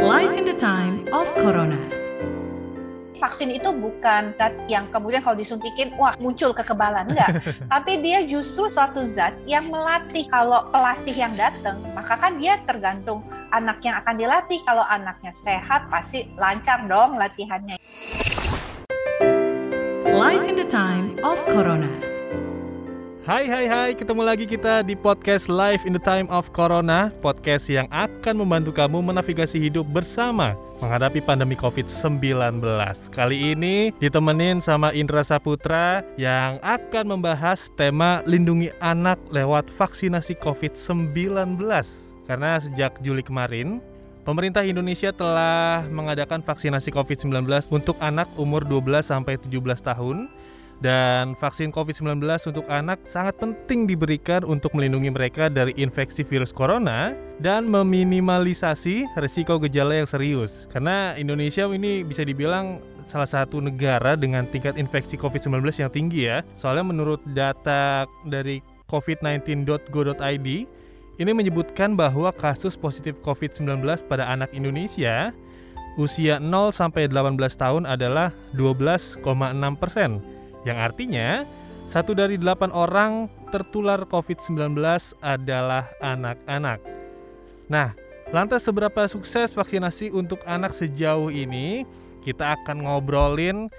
Life in the time of Corona. Vaksin itu bukan zat yang kemudian kalau disuntikin, wah muncul kekebalan, enggak. Tapi dia justru suatu zat yang melatih. Kalau pelatih yang datang, maka kan dia tergantung anak yang akan dilatih. Kalau anaknya sehat, pasti lancar dong latihannya. Life in the time of Corona. Hai, ketemu lagi kita di podcast Life in the Time of Corona. Podcast yang akan membantu kamu menavigasi hidup bersama menghadapi pandemi COVID-19. Kali ini ditemenin sama Indra Saputra yang akan membahas tema lindungi anak lewat vaksinasi COVID-19. Karena sejak Juli kemarin, pemerintah Indonesia telah mengadakan vaksinasi COVID-19 untuk anak umur 12-17 tahun. Dan vaksin COVID-19 untuk anak sangat penting diberikan untuk melindungi mereka dari infeksi virus corona dan meminimalisasi risiko gejala yang serius. Karena Indonesia ini bisa dibilang salah satu negara dengan tingkat infeksi COVID-19 yang tinggi ya. Soalnya menurut data dari covid19.go.id, ini menyebutkan bahwa kasus positif COVID-19 pada anak Indonesia usia 0-18 tahun adalah 12,6%. Yang artinya, 1 dari 8 orang tertular COVID-19 adalah anak-anak. Nah, lantas seberapa sukses vaksinasi untuk anak sejauh ini? Kita akan ngobrolin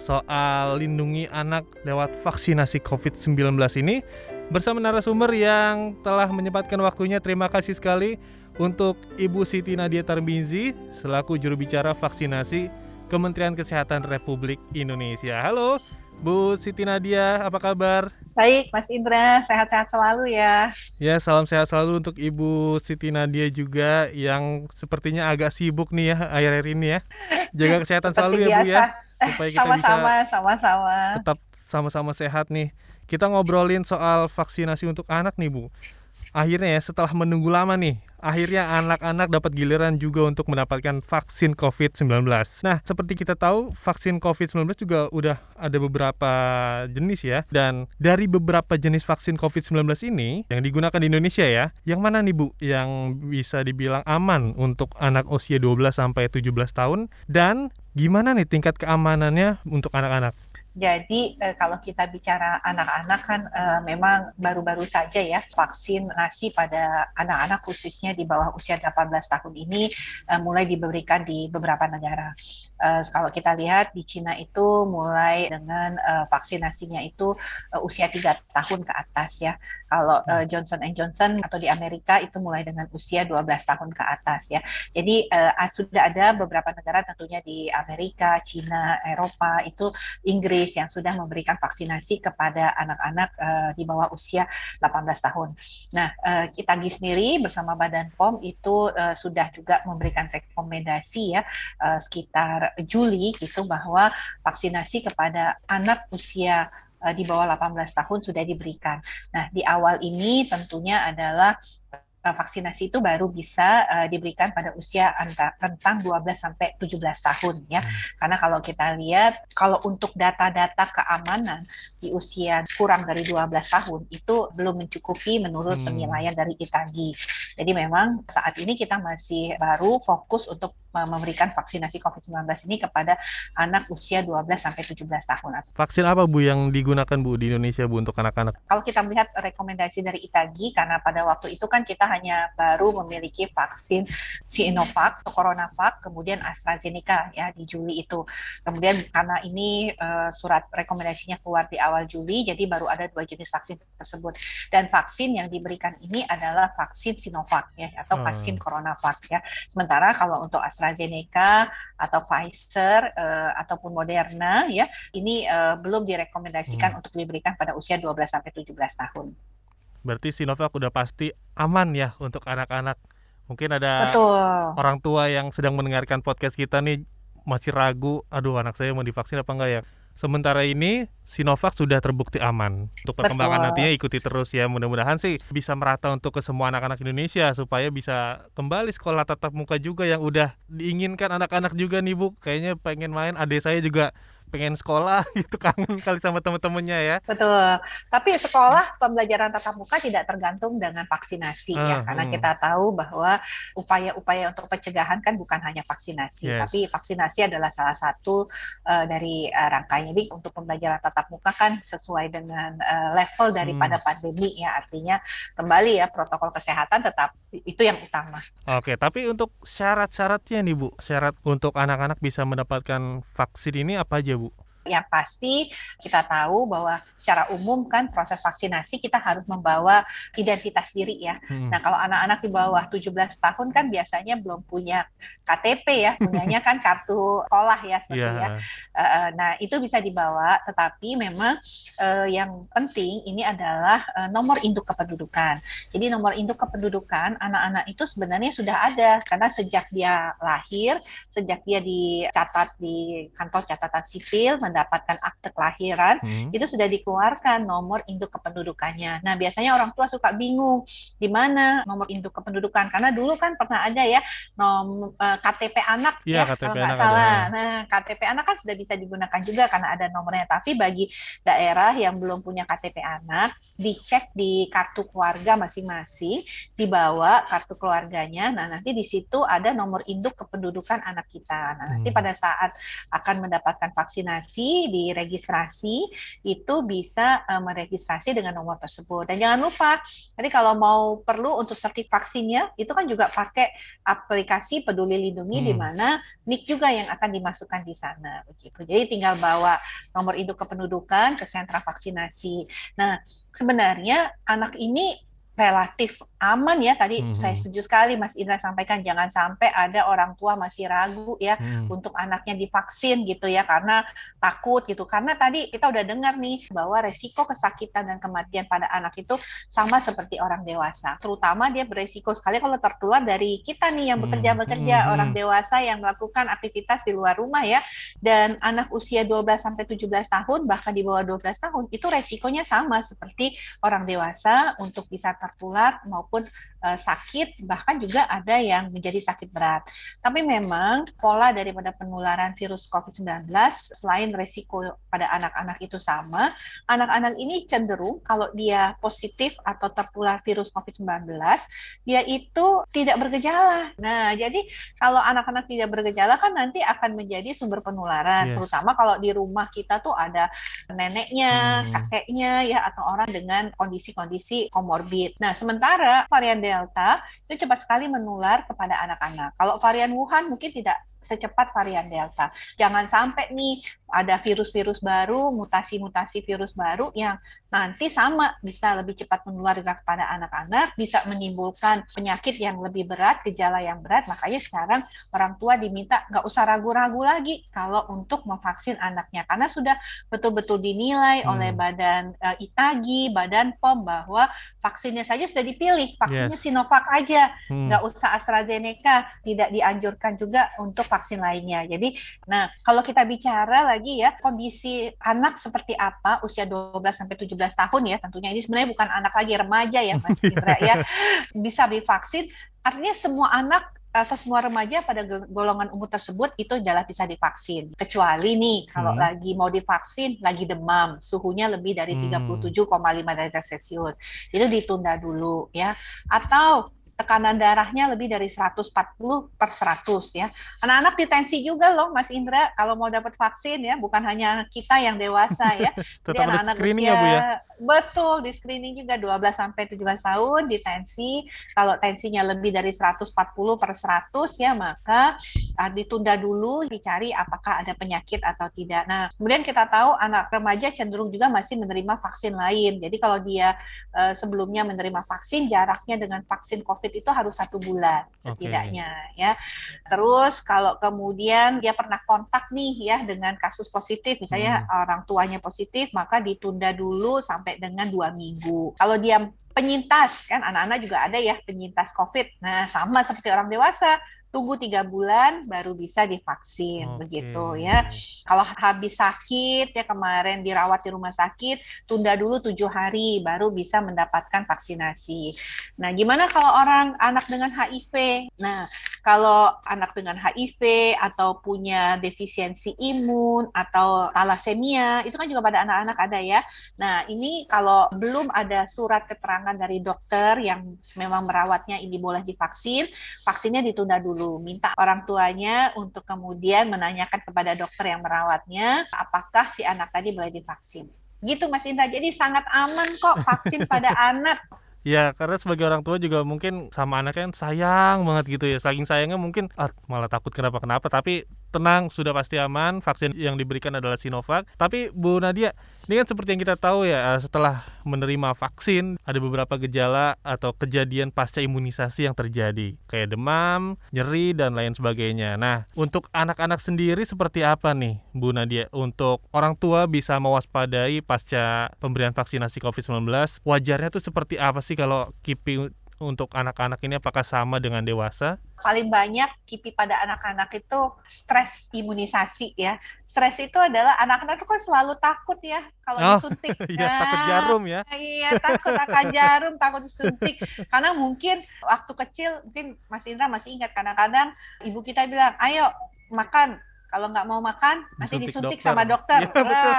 soal lindungi anak lewat vaksinasi COVID-19 ini bersama narasumber yang telah menyempatkan waktunya. Terima kasih sekali untuk Ibu Siti Nadia Tarmizi selaku juru bicara vaksinasi Kementerian Kesehatan Republik Indonesia. Halo Bu Siti Nadia, apa kabar? Baik, Mas Indra, sehat-sehat selalu ya. Ya, salam sehat selalu untuk Ibu Siti Nadia juga yang sepertinya agak sibuk nih ya akhir-akhir ini ya. Jaga kesehatan selalu ya Bu ya, supaya kita sama-sama tetap sama-sama sehat nih. Kita ngobrolin soal vaksinasi untuk anak nih Bu. Akhirnya ya, setelah menunggu lama nih, akhirnya anak-anak dapat giliran juga untuk mendapatkan vaksin COVID-19. Nah, seperti kita tahu, vaksin COVID-19 juga udah ada beberapa jenis ya. Dan dari beberapa jenis vaksin COVID-19 ini yang digunakan di Indonesia ya, yang mana nih Bu yang bisa dibilang aman untuk anak usia 12-17 tahun? Dan gimana nih tingkat keamanannya untuk anak-anak? Jadi kalau kita bicara anak-anak kan memang baru-baru saja ya vaksinasi pada anak-anak khususnya di bawah usia 18 tahun ini mulai diberikan di beberapa negara. Kalau kita lihat di Cina itu mulai dengan vaksinasinya itu usia 3 tahun ke atas ya. Kalau Johnson & Johnson atau di Amerika itu mulai dengan usia 12 tahun ke atas ya. Jadi sudah ada beberapa negara tentunya di Amerika, Cina, Eropa, itu Inggris yang sudah memberikan vaksinasi kepada anak-anak di bawah usia 18 tahun. Nah, Itagi sendiri bersama Badan POM itu sudah juga memberikan rekomendasi ya sekitar Juli gitu bahwa vaksinasi kepada anak usia di bawah 18 tahun sudah diberikan. Nah, di awal ini tentunya adalah vaksinasi itu baru bisa diberikan pada usia rentang 12 sampai 17 tahun ya. Karena kalau kita lihat kalau untuk data-data keamanan di usia kurang dari 12 tahun itu belum mencukupi menurut penilaian dari Itagi. Jadi memang saat ini kita masih baru fokus untuk memberikan vaksinasi COVID-19 ini kepada anak usia 12 sampai 17 tahun. Vaksin apa Bu yang digunakan Bu di Indonesia Bu untuk anak-anak? Kalau kita melihat rekomendasi dari Itagi, karena pada waktu itu kan kita hanya baru memiliki vaksin Sinovac atau CoronaVac, kemudian AstraZeneca ya di Juli itu. Kemudian karena ini surat rekomendasinya keluar di awal Juli, jadi baru ada 2 jenis vaksin tersebut. Dan vaksin yang diberikan ini adalah vaksin Sinovac ya atau vaksin CoronaVac ya. Sementara kalau untuk AstraZeneca atau Pfizer ataupun Moderna ya, ini belum direkomendasikan untuk diberikan pada usia 12 sampai 17 tahun. Berarti Sinovac udah pasti aman ya untuk anak-anak. Mungkin ada Betul. Orang tua yang sedang mendengarkan podcast kita nih masih ragu, aduh anak saya mau divaksin apa enggak ya. Sementara ini Sinovac sudah terbukti aman. Untuk perkembangan nantinya ikuti terus ya. Mudah-mudahan sih bisa merata untuk ke semua anak-anak Indonesia supaya bisa kembali sekolah tatap muka juga yang udah diinginkan anak-anak juga nih Bu. Kayaknya pengen main, adik saya juga pengen sekolah gitu, kangen kali sama teman-temannya ya. Betul. Tapi sekolah pembelajaran tatap muka tidak tergantung dengan vaksinasi ya, karena kita tahu bahwa upaya-upaya untuk pencegahan kan bukan hanya vaksinasi, Yes. tapi vaksinasi adalah salah satu dari rangkaian. Jadi untuk pembelajaran tatap muka kan sesuai dengan level daripada pandemi ya, artinya kembali ya protokol kesehatan tetap itu yang utama. Oke, tapi untuk syarat-syaratnya nih Bu, syarat untuk anak-anak bisa mendapatkan vaksin ini apa aja Bu? Yang pasti kita tahu bahwa secara umum kan proses vaksinasi kita harus membawa identitas diri ya. Nah kalau anak-anak di bawah 17 tahun kan biasanya belum punya KTP ya, punyanya kan kartu sekolah ya seperti ya. Nah itu bisa dibawa, tetapi memang yang penting ini adalah nomor induk kependudukan. Jadi nomor induk kependudukan anak-anak itu sebenarnya sudah ada, karena sejak dia lahir, sejak dia dicatat di kantor catatan sipil, mendapatkan akte kelahiran, itu sudah dikeluarkan nomor induk kependudukannya. Nah, biasanya orang tua suka bingung di mana nomor induk kependudukan, karena dulu kan pernah ada ya KTP anak ya KTP kalau nggak anak salah. ada. Nah, KTP anak kan sudah bisa digunakan juga karena ada nomornya. Tapi bagi daerah yang belum punya KTP anak, dicek di kartu keluarga masing-masing, dibawa kartu keluarganya. Nah, nanti di situ ada nomor induk kependudukan anak kita. Nah, nanti pada saat akan mendapatkan vaksinasi, diregistrasi, itu bisa meregistrasi dengan nomor tersebut. Dan jangan lupa, tadi kalau mau perlu untuk sertifikat vaksinnya, itu kan juga pakai aplikasi Peduli Lindungi, di mana NIK juga yang akan dimasukkan di sana. Begitu. Jadi tinggal bawa nomor induk kependudukan ke sentra vaksinasi. Nah, sebenarnya anak ini relatif aman ya, tadi saya setuju sekali Mas Indra sampaikan, jangan sampai ada orang tua masih ragu ya untuk anaknya divaksin gitu ya, karena takut gitu, karena tadi kita udah dengar nih bahwa resiko kesakitan dan kematian pada anak itu sama seperti orang dewasa, terutama dia beresiko sekali kalau tertular dari kita nih yang bekerja, orang dewasa yang melakukan aktivitas di luar rumah ya, dan anak usia 12-17 tahun, bahkan di bawah 12 tahun, itu resikonya sama seperti orang dewasa untuk bisa tertular maupun sakit, bahkan juga ada yang menjadi sakit berat. Tapi memang pola daripada penularan virus COVID-19 selain resiko pada anak-anak itu sama, anak-anak ini cenderung kalau dia positif atau tertular virus COVID-19, dia itu tidak bergejala. Nah, jadi kalau anak-anak tidak bergejala kan nanti akan menjadi sumber penularan, terutama kalau di rumah kita tuh ada neneknya, kakeknya ya, atau orang dengan kondisi-kondisi komorbid. Nah, sementara varian Delta itu cepat sekali menular kepada anak-anak. Kalau varian Wuhan mungkin tidak secepat varian Delta. Jangan sampai nih ada virus-virus baru, mutasi-mutasi virus baru yang nanti sama bisa lebih cepat menular juga kepada anak-anak, bisa menimbulkan penyakit yang lebih berat, gejala yang berat. Makanya sekarang orang tua diminta nggak usah ragu-ragu lagi kalau untuk memvaksin anaknya, karena sudah betul-betul dinilai oleh Badan ITAGI, Badan POM bahwa vaksinnya saja sudah dipilih, vaksinnya Sinovac aja, nggak usah AstraZeneca, tidak dianjurkan juga untuk vaksin lainnya. Jadi, nah kalau kita bicara lagi ya, kondisi anak seperti apa usia 12-17 tahun ya, tentunya ini sebenarnya bukan anak lagi, remaja ya Mas Indra ya, bisa divaksin, artinya semua anak atau semua remaja pada golongan umur tersebut itu adalah bisa divaksin. Kecuali nih kalau lagi mau divaksin, lagi demam, suhunya lebih dari 37,5 derajat Celcius, itu ditunda dulu ya. Atau tekanan darahnya lebih dari 140/100 ya. Anak-anak ditensi juga loh Mas Indra kalau mau dapat vaksin ya, bukan hanya kita yang dewasa ya. Jadi anak-anak usia, Bu ya? betul, di screening juga 12-17 tahun ditensi. Kalau tensinya lebih dari 140/100 ya, maka ditunda dulu, dicari apakah ada penyakit atau tidak. Nah, kemudian kita tahu anak remaja cenderung juga masih menerima vaksin lain. Jadi kalau dia sebelumnya menerima vaksin, jaraknya dengan vaksin COVID itu harus 1 bulan setidaknya ya. Terus kalau kemudian dia pernah kontak nih ya dengan kasus positif, misalnya orang tuanya positif, maka ditunda dulu sampai dengan 2 minggu. Kalau dia penyintas, kan anak-anak juga ada ya penyintas COVID. Nah, sama seperti orang dewasa, tunggu 3 bulan baru bisa divaksin, begitu ya. Kalau habis sakit ya, kemarin dirawat di rumah sakit, tunda dulu 7 hari baru bisa mendapatkan vaksinasi. Nah, gimana kalau anak dengan HIV? Nah, Kalau anak dengan HIV atau punya defisiensi imun atau talasemia, itu kan juga pada anak-anak ada ya. Nah, ini kalau belum ada surat keterangan dari dokter yang memang merawatnya ini boleh divaksin, vaksinnya ditunda dulu. Minta orang tuanya untuk kemudian menanyakan kepada dokter yang merawatnya, apakah si anak tadi boleh divaksin. Gitu Mas Indra, jadi sangat aman kok vaksin pada anak. Ya, karena sebagai orang tua juga mungkin sama anaknya kan sayang banget gitu ya. Saking sayangnya mungkin malah takut kenapa-kenapa. Tapi tenang, sudah pasti aman. Vaksin yang diberikan adalah Sinovac. Tapi Bu Nadia, ini kan seperti yang kita tahu ya, setelah menerima vaksin ada beberapa gejala atau kejadian pasca imunisasi yang terjadi, kayak demam, nyeri, dan lain sebagainya. Nah, untuk anak-anak sendiri seperti apa nih Bu Nadia, untuk orang tua bisa mewaspadai pasca pemberian vaksinasi COVID-19, wajarnya tuh seperti apa sih kalau KIPI untuk anak-anak ini, apakah sama dengan dewasa? Paling banyak KIPI pada anak-anak itu stres imunisasi ya. Stres itu adalah anak-anak itu kan selalu takut ya kalau disuntik. Iya, takut jarum ya. Iya, takut akan jarum, takut disuntik. Karena mungkin waktu kecil, mungkin Mas Indra masih ingat, kadang-kadang ibu kita bilang, ayo makan. Kalau nggak mau makan, nanti disuntik sama dokter. Ya, betul.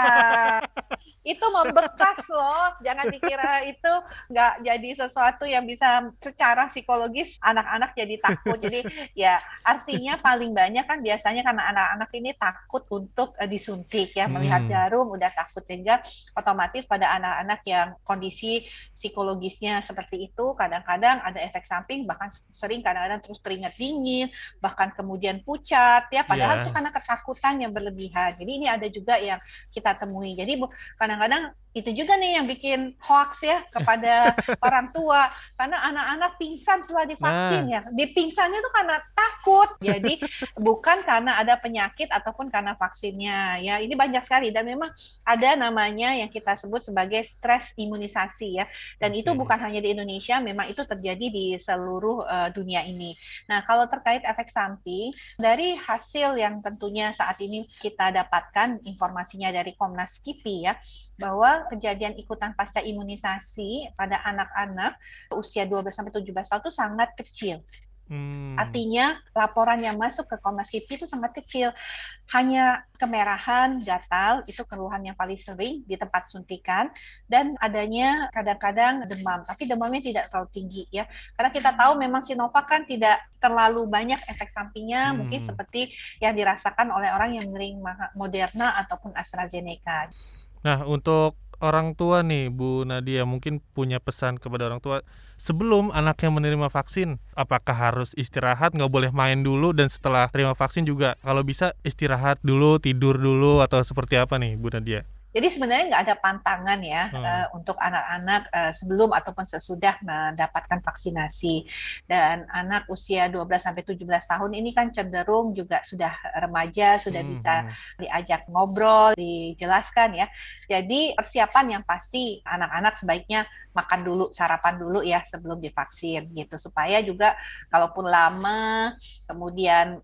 Itu membekas loh. Jangan dikira itu nggak jadi sesuatu yang bisa secara psikologis anak-anak jadi takut. Jadi ya artinya paling banyak kan biasanya karena anak-anak ini takut untuk disuntik ya. Melihat jarum udah takut, sehingga otomatis pada anak-anak yang kondisi psikologisnya seperti itu, kadang-kadang ada efek samping, bahkan sering kadang-kadang terus keringat dingin, bahkan kemudian pucat ya, padahal itu karena ketakutan yang berlebihan. Jadi ini ada juga yang kita temui. Jadi kadang-kadang itu juga nih yang bikin hoax ya kepada orang tua, karena anak-anak pingsan setelah divaksin ya. Di pingsannya itu karena takut. Jadi bukan karena ada penyakit ataupun karena vaksinnya ya. Ini banyak sekali, dan memang ada namanya yang kita sebut sebagai stres imunisasi ya. Dan itu bukan hanya di Indonesia, memang itu terjadi di seluruh dunia ini. Nah, kalau terkait efek samping, dari hasil yang tentunya saat ini kita dapatkan informasinya dari Komnas KIPI ya, bahwa kejadian ikutan pasca imunisasi pada anak-anak usia 12-17 tahun itu sangat kecil. Artinya laporan yang masuk ke Komnas KIPI itu sangat kecil. Hanya kemerahan, gatal, itu keluhan yang paling sering di tempat suntikan, dan adanya kadang-kadang demam. Tapi demamnya tidak terlalu tinggi ya. Karena kita tahu memang Sinovac kan tidak terlalu banyak efek sampingnya, mungkin seperti yang dirasakan oleh orang yang menerima Moderna ataupun AstraZeneca. Nah, untuk orang tua nih Bu Nadia, mungkin punya pesan kepada orang tua sebelum anaknya menerima vaksin, apakah harus istirahat, nggak boleh main dulu, dan setelah terima vaksin juga kalau bisa istirahat dulu, tidur dulu, atau seperti apa nih Bu Nadia? Jadi sebenarnya nggak ada pantangan ya untuk anak-anak sebelum ataupun sesudah mendapatkan vaksinasi. Dan anak usia 12-17 tahun ini kan cenderung juga sudah remaja, sudah bisa diajak ngobrol, dijelaskan ya. Jadi persiapan yang pasti anak-anak sebaiknya makan dulu, sarapan dulu ya sebelum divaksin gitu. Supaya juga kalaupun lama, kemudian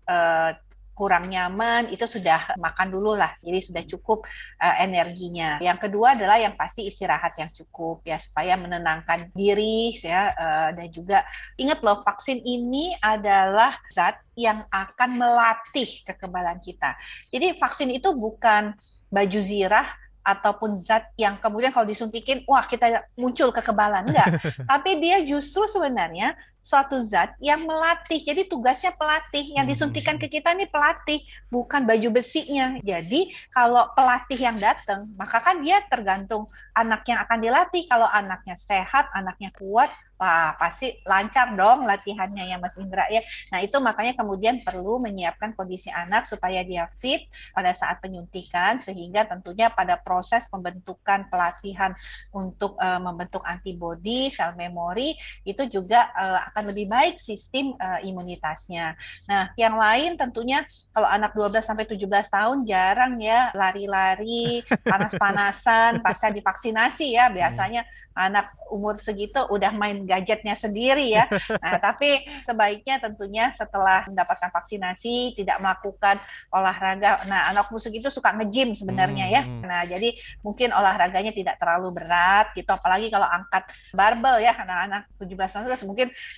kurang nyaman, itu sudah makan dulu lah, jadi sudah cukup energinya. Yang kedua adalah yang pasti istirahat yang cukup ya, supaya menenangkan diri ya, dan juga ingat loh, vaksin ini adalah zat yang akan melatih kekebalan kita. Jadi vaksin itu bukan baju zirah ataupun zat yang kemudian kalau disuntikin, wah kita muncul kekebalan, enggak. Tapi dia justru sebenarnya suatu zat yang melatih. Jadi tugasnya pelatih. Yang disuntikan ke kita ini pelatih, bukan baju besinya. Jadi kalau pelatih yang datang, maka kan dia tergantung anak yang akan dilatih. Kalau anaknya sehat, anaknya kuat, wah pasti lancar dong latihannya ya Mas Indra ya. Nah itu makanya kemudian perlu menyiapkan kondisi anak supaya dia fit pada saat penyuntikan, sehingga tentunya pada proses pembentukan pelatihan untuk membentuk antibodi, sel memori, itu juga akan lebih baik sistem imunitasnya. Nah, yang lain tentunya kalau anak 12-17 tahun jarang ya lari-lari, panas-panasan pasca divaksinasi ya. Biasanya anak umur segitu udah main gadgetnya sendiri ya. Nah, tapi sebaiknya tentunya setelah mendapatkan vaksinasi tidak melakukan olahraga. Nah, anak umur segitu suka nge-gym sebenarnya ya. Nah, jadi mungkin olahraganya tidak terlalu berat gitu, apalagi kalau angkat barbel ya, anak-anak 17 tahun mungkin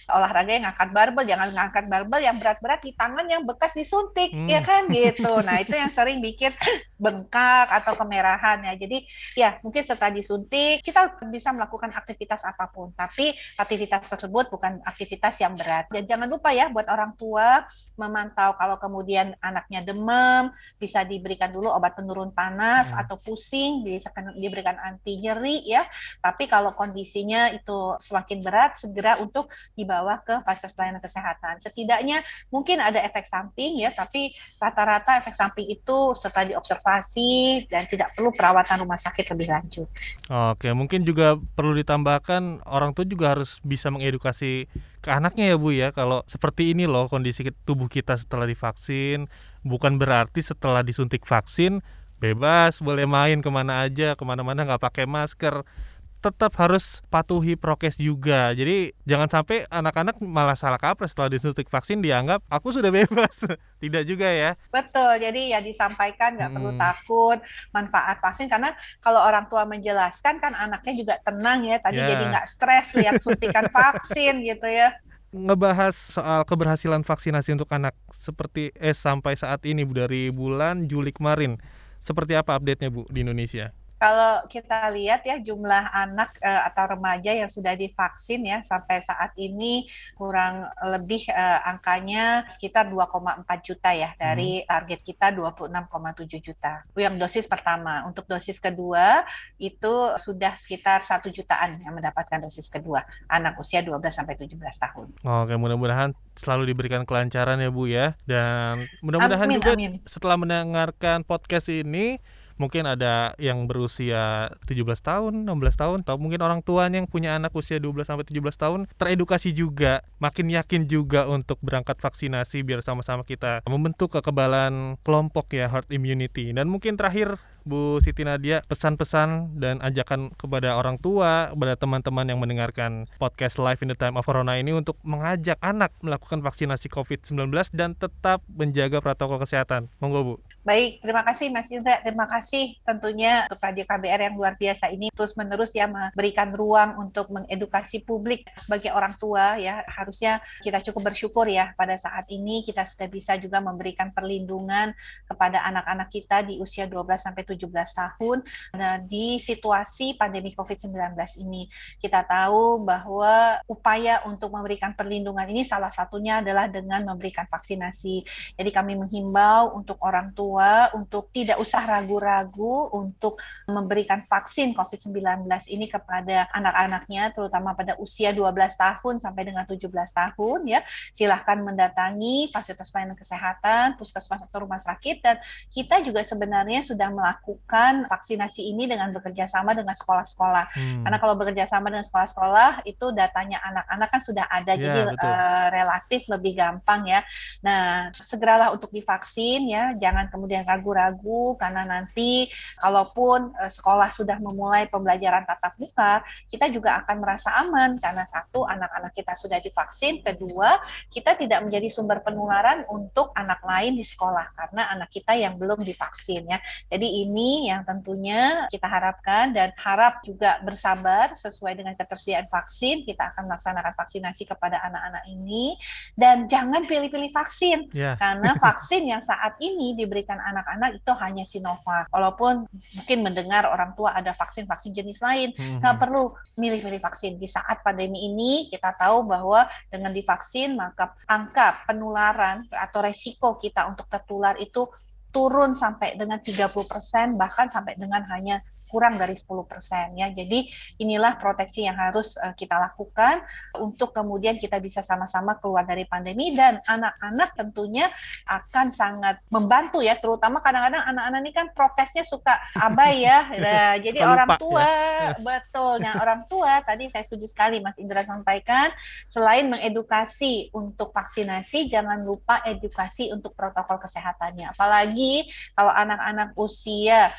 olahraga yang ngangkat barbel, jangan ngangkat barbel yang berat-berat di tangan yang bekas disuntik, ya kan gitu. Nah itu yang sering bikin bengkak atau kemerahan ya. Jadi ya mungkin setelah disuntik kita bisa melakukan aktivitas apapun, tapi aktivitas tersebut bukan aktivitas yang berat. Dan jangan lupa ya buat orang tua memantau kalau kemudian anaknya demam, bisa diberikan dulu obat penurun panas atau pusing, bisa diberikan anti nyeri ya. Tapi kalau kondisinya itu semakin berat, segera untuk dibawa ke fasilitas pelayanan kesehatan. Setidaknya mungkin ada efek samping ya, tapi rata-rata efek samping itu setelah diobservasi dan tidak perlu perawatan rumah sakit lebih lanjut. Oke, mungkin juga perlu ditambahkan orang tua juga harus bisa mengedukasi ke anaknya ya Bu ya, kalau seperti ini loh kondisi tubuh kita setelah divaksin, bukan berarti setelah disuntik vaksin bebas boleh main kemana aja, kemana-mana nggak pakai masker, tetap harus patuhi prokes juga. Jadi jangan sampai anak-anak malah salah kaprah setelah disuntik vaksin dianggap aku sudah bebas. Tidak juga ya. Betul, jadi ya disampaikan nggak perlu takut manfaat vaksin, karena kalau orang tua menjelaskan kan anaknya juga tenang ya, tadi jadi nggak stres lihat suntikan vaksin gitu ya. Ngebahas soal keberhasilan vaksinasi untuk anak seperti sampai saat ini Bu, dari bulan Juli kemarin. Seperti apa update-nya Bu di Indonesia? Kalau kita lihat ya jumlah anak atau remaja yang sudah divaksin ya sampai saat ini kurang lebih angkanya sekitar 2,4 juta ya dari target kita 26,7 juta. Itu yang dosis pertama. Untuk dosis kedua itu sudah sekitar 1 jutaan yang mendapatkan dosis kedua, anak usia 12 sampai 17 tahun. Oke, mudah-mudahan selalu diberikan kelancaran ya Bu ya. Dan mudah-mudahan juga setelah mendengarkan podcast ini mungkin ada yang berusia 17 tahun, 16 tahun, atau mungkin orang tuanya yang punya anak usia 12-17 tahun teredukasi juga, makin yakin juga untuk berangkat vaksinasi biar sama-sama kita membentuk kekebalan kelompok ya, herd immunity. Dan mungkin terakhir Bu Siti Nadia, pesan-pesan dan ajakan kepada orang tua, kepada teman-teman yang mendengarkan podcast Live in the Time of Corona ini untuk mengajak anak melakukan vaksinasi COVID-19 dan tetap menjaga protokol kesehatan. Monggo Bu. Baik, terima kasih Mas Indra, terima kasih tentunya untuk Radio KBR yang luar biasa ini terus-menerus ya memberikan ruang untuk mengedukasi publik. Sebagai orang tua ya harusnya kita cukup bersyukur ya pada saat ini kita sudah bisa juga memberikan perlindungan kepada anak-anak kita di usia 12-17 tahun. Nah, di situasi pandemi COVID-19 ini kita tahu bahwa upaya untuk memberikan perlindungan ini salah satunya adalah dengan memberikan vaksinasi. Jadi kami menghimbau untuk orang tua untuk tidak usah ragu-ragu untuk memberikan vaksin COVID-19 ini kepada anak-anaknya, terutama pada usia 12 tahun sampai dengan 17 tahun ya. Silahkan mendatangi fasilitas pelayanan kesehatan, puskesmas atau rumah sakit, dan kita juga sebenarnya sudah melakukan vaksinasi ini dengan bekerja sama dengan sekolah-sekolah. Karena kalau bekerja sama dengan sekolah-sekolah itu datanya anak-anak kan sudah ada, jadi relatif lebih gampang ya. Nah, segeralah untuk divaksin ya, jangan kemudian ragu-ragu, karena nanti kalaupun sekolah sudah memulai pembelajaran tatap muka, kita juga akan merasa aman karena satu, anak-anak kita sudah divaksin, kedua, kita tidak menjadi sumber penularan untuk anak lain di sekolah karena anak kita yang belum divaksin ya. Jadi ini yang tentunya kita harapkan, dan harap juga bersabar sesuai dengan ketersediaan vaksin, kita akan melaksanakan vaksinasi kepada anak-anak ini, dan jangan pilih-pilih vaksin karena vaksin yang saat ini diberikan anak-anak itu hanya Sinovac. Walaupun mungkin mendengar orang tua ada vaksin-vaksin jenis lain, nggak perlu milih-milih vaksin. Di saat pandemi ini kita tahu bahwa dengan divaksin maka angka penularan atau resiko kita untuk tertular itu turun sampai dengan 30%, bahkan sampai dengan hanya kurang dari 10% ya. Jadi inilah proteksi yang harus kita lakukan untuk kemudian kita bisa sama-sama keluar dari pandemi, dan anak-anak tentunya akan sangat membantu ya, terutama kadang-kadang anak-anak ini kan prokesnya suka abai ya. Nah, jadi orang tua betul. Nah, orang tua tadi saya setuju sekali Mas Indra sampaikan, selain mengedukasi untuk vaksinasi, jangan lupa edukasi untuk protokol kesehatannya. Apalagi kalau anak-anak usia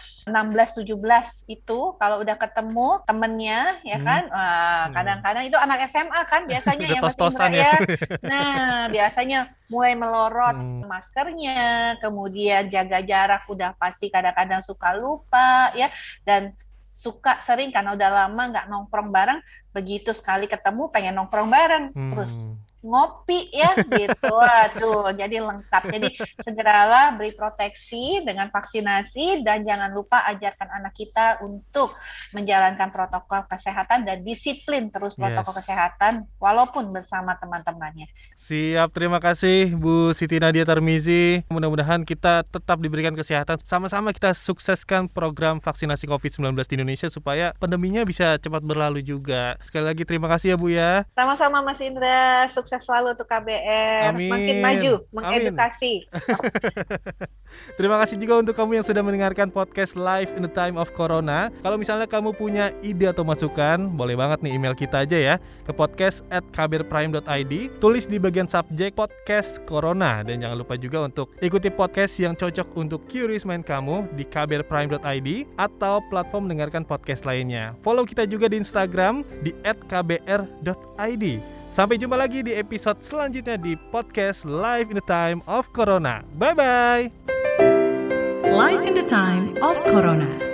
16-17 itu kalau udah ketemu temennya ya kan, kadang-kadang itu anak SMA kan biasanya ya Mas Indra ya. Nah, biasanya mulai melorot maskernya, kemudian jaga jarak udah pasti kadang-kadang suka lupa ya, dan suka sering karena udah lama nggak nongkrong bareng, begitu sekali ketemu pengen nongkrong bareng, terus ngopi ya gitu. Waduh, jadi lengkap. Jadi segeralah beri proteksi dengan vaksinasi dan jangan lupa ajarkan anak kita untuk menjalankan protokol kesehatan dan disiplin terus protokol kesehatan walaupun bersama teman-temannya. Siap, terima kasih Bu Siti Nadia Tarmizi. Mudah-mudahan kita tetap diberikan kesehatan. Sama-sama kita sukseskan program vaksinasi COVID-19 di Indonesia supaya pandeminya bisa cepat berlalu juga. Sekali lagi terima kasih ya Bu ya. Sama-sama Mas Indra, sukses selalu untuk KBR. Amin. Makin maju, mengedukasi. Terima kasih juga untuk kamu yang sudah mendengarkan podcast Live in the Time of Corona. Kalau misalnya kamu punya ide atau masukan, boleh banget nih email kita aja ya ke podcast@kbrprime.id. Tulis di bagian subjek podcast Corona. Dan jangan lupa juga untuk ikuti podcast yang cocok untuk Curious Mind kamu di kbrprime.id atau platform mendengarkan podcast lainnya. Follow kita juga di Instagram di @kbr.id. Sampai jumpa lagi di episode selanjutnya di podcast Live in the Time of Corona. Bye-bye. Live in the Time of Corona.